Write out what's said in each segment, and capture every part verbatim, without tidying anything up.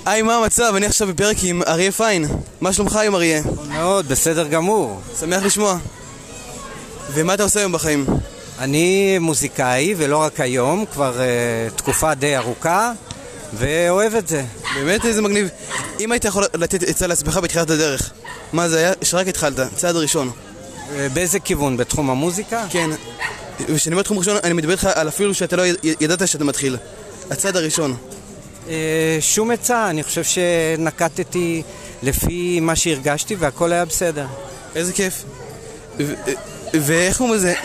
היי, מה המצב? אני עכשיו בפרק עם אריה פיין. מה שלומך היום, אריה? מאוד, בסדר גמור. שמח לשמוע. ומה אתה עושה היום בחיים? אני מוזיקאי, ולא רק היום, כבר uh, תקופה די ארוכה, ואוהב את זה. באמת איזה מגניב. אם היית יכול לתת עצה לעצמך בתחילת הדרך, מה זה היה? שרק התחלת, צעד ראשון. Uh, באיזה כיוון? בתחום המוזיקה? כן. וכשאני אומר תחום ראשון, אני מדבר איתך על אפילו שאתה לא ידעת שאתה מתחיל. הצעד הראשון. Uh, שום עצה, אני חושב שנקטתי לפי מה שהרגשתי, והכל היה בסדר. איזה כיף. ו- ואיך הוא מזה?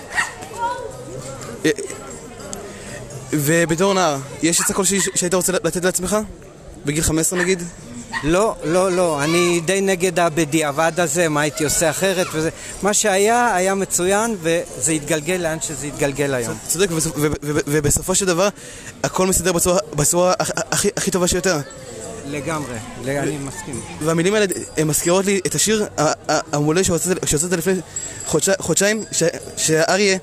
ובתור נער, יש עצה כלשהי שהיית רוצה לתת לעצמך? בגיל חמש עשרה נגיד? לא, לא, לא, אני די נגד הבדיעבד הזה, מה הייתי עושה אחרת וזה. מה שהיה, היה מצוין, וזה התגלגל לאן שזה התגלגל היום. צודק, ובסופו של דבר, הכל מסתדר בצורה הכי טובה שיותר. לגמרי, אני מסכים. והמילים האלה, הן מזכירות לי את השיר המעולה שהוצאת לפני חודשיים, שאריה,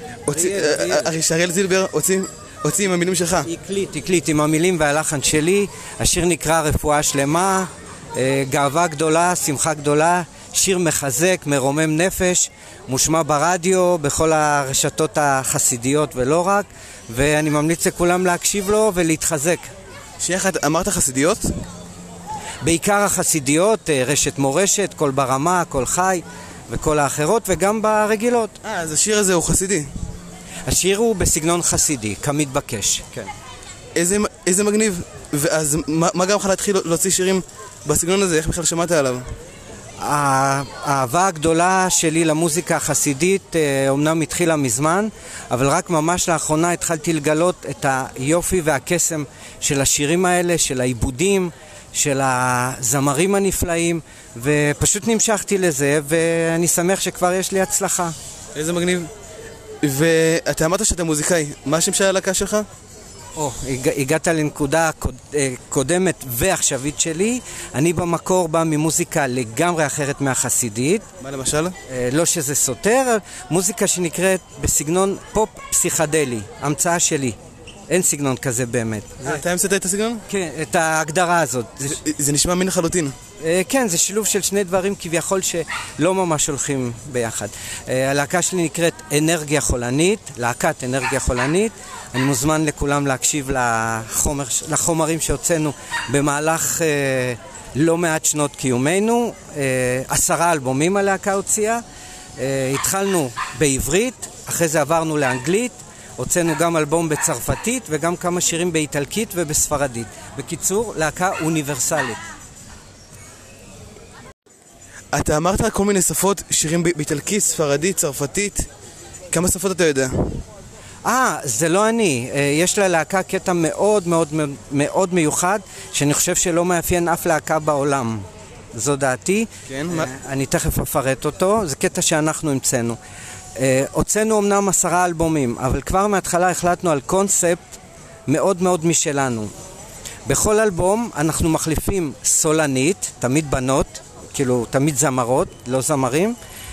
שאריאל זילבר הוציא עם המילים שלך. הקליט, הקליט עם המילים והלחן שלי. השיר נקרא רפואה שלמה, גאווה גדולה, שמחה גדולה, שיר מחזק, מרומם נפש, מושמע ברדיו, בכל הרשתות החסידיות ולא רק, ואני ממליץ לכולם להקשיב לו ולהתחזק. שיחד, אמרת חסידיות? בעיקר החסידיות, רשת מורשת, כל ברמה, כל חי וכל האחרות, וגם ברגילות. אה, אז השיר הזה הוא חסידי. השיר הוא בסגנון חסידי, כמתבקש. כן. איזה, איזה מגניב. ואז מה, מה גם לך להתחיל להוציא שירים בסגנון הזה? איך בכלל שמעת עליו? האהבה הגדולה שלי למוזיקה החסידית אומנם התחילה מזמן, אבל רק ממש לאחרונה התחלתי לגלות את היופי והקסם של השירים האלה, של העיבודים, של הזמרים הנפלאים, ופשוט נמשכתי לזה, ואני שמח שכבר יש לי הצלחה. איזה מגניב. ואתה אמרת שאתה מוזיקאי, מה השם של הלהקה שלך? או, הגעת לנקודה קודמת ועכשווית שלי. אני במקור בא ממוזיקה לגמרי אחרת מהחסידית. מה למשל? לא שזה סותר, מוזיקה שנקראת בסגנון פופ פסיכדלי, המצאה שלי. אין סגנון כזה באמת. אתה המצאת את הסגנון? כן, את ההגדרה הזאת. זה נשמע מין לחלוטין. כן, זה שילוב של שני דברים כביכול שלא ממש הולכים ביחד. הלהקה שלי נקראת אנרגיה חולנית, להקת אנרגיה חולנית. אני מוזמן לכולם להקשיב לחומר, לחומרים שהוצאנו במהלך לא מעט שנות קיומנו. עשרה אלבומים הלהקה הוציאה. התחלנו בעברית, אחרי זה עברנו לאנגלית. הוצאנו גם אלבום בצרפתית וגם כמה שירים באיטלקית ובספרדית. בקיצור, להקה אוניברסלית. אתה אמרת כל מיני שפות, שירים באיטלקית, ספרדית, צרפתית. כמה שפות אתה יודע? אה, זה לא אני. יש לה להקה קטע מאוד מאוד מאוד מיוחד, שאני חושב שלא מאפיין אף להקה בעולם. זו דעתי. כן, מה? אני תכף אפרט אותו. זה קטע שאנחנו המצאנו. הוצאנו אמנם עשרה אלבומים, אבל כבר מההתחלה החלטנו על קונספט מאוד מאוד משלנו. בכל אלבום אנחנו מחליפים סולנית, תמיד בנות, כאילו תמיד זמרות, לא זמרים,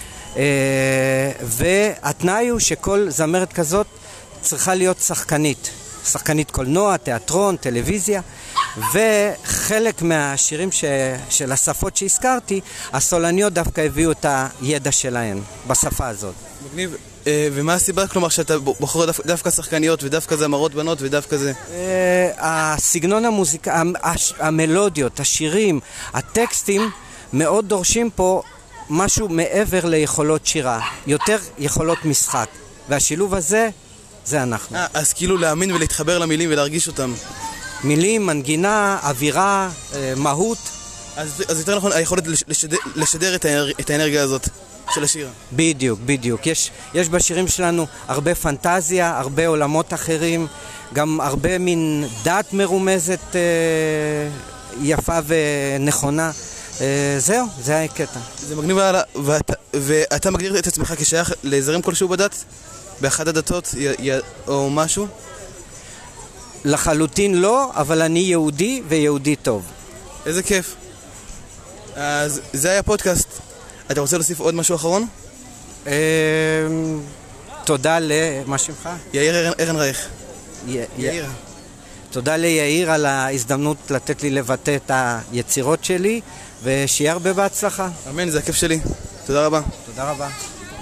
והתנאי הוא שכל זמרת כזאת צריכה להיות שחקנית, שחקנית קולנוע, תיאטרון, טלוויזיה, וחלק מהשירים ש... של השפות שהזכרתי, הסולניות דווקא הביאו את הידע שלהן בשפה הזאת. מגניב. ומה הסיבה? כלומר שאתה בוחר דווקא שחקניות ודווקא זמרות בנות ודווקא זה? הסגנון המוזיקה, המלודיות, השירים, הטקסטים מאוד דורשים פה משהו מעבר ליכולות שירה, יותר יכולות משחק, והשילוב הזה זה אנחנו. אז כאילו להאמין ולהתחבר למילים ולהרגיש אותם. מילים, מנגינה, אווירה, מהות. אז, אז יותר נכון היכולת לשדר, לשדר את, האנרג, את האנרגיה הזאת של השיר. בדיוק, בדיוק. יש, יש בשירים שלנו הרבה פנטזיה, הרבה עולמות אחרים, גם הרבה מין דת מרומזת אה, יפה ונכונה. אה, זהו, זה היה קטע. זה מגניב עלה, ואתה, ואתה מגדיר את עצמך כשייך לזרם כלשהו בדת? באחד הדתות י, י, או משהו? לחלוטין לא, אבל אני יהודי ויהודי טוב. איזה כיף. אז זה היה פודקאסט. אתה רוצה להוסיף עוד משהו אחרון? תודה למה שמך? יאיר ארנרייך. יאיר. תודה ליאיר על ההזדמנות לתת לי לבטא את היצירות שלי, ושיהיה הרבה בהצלחה. אמן, זה הכיף שלי. תודה רבה. תודה רבה.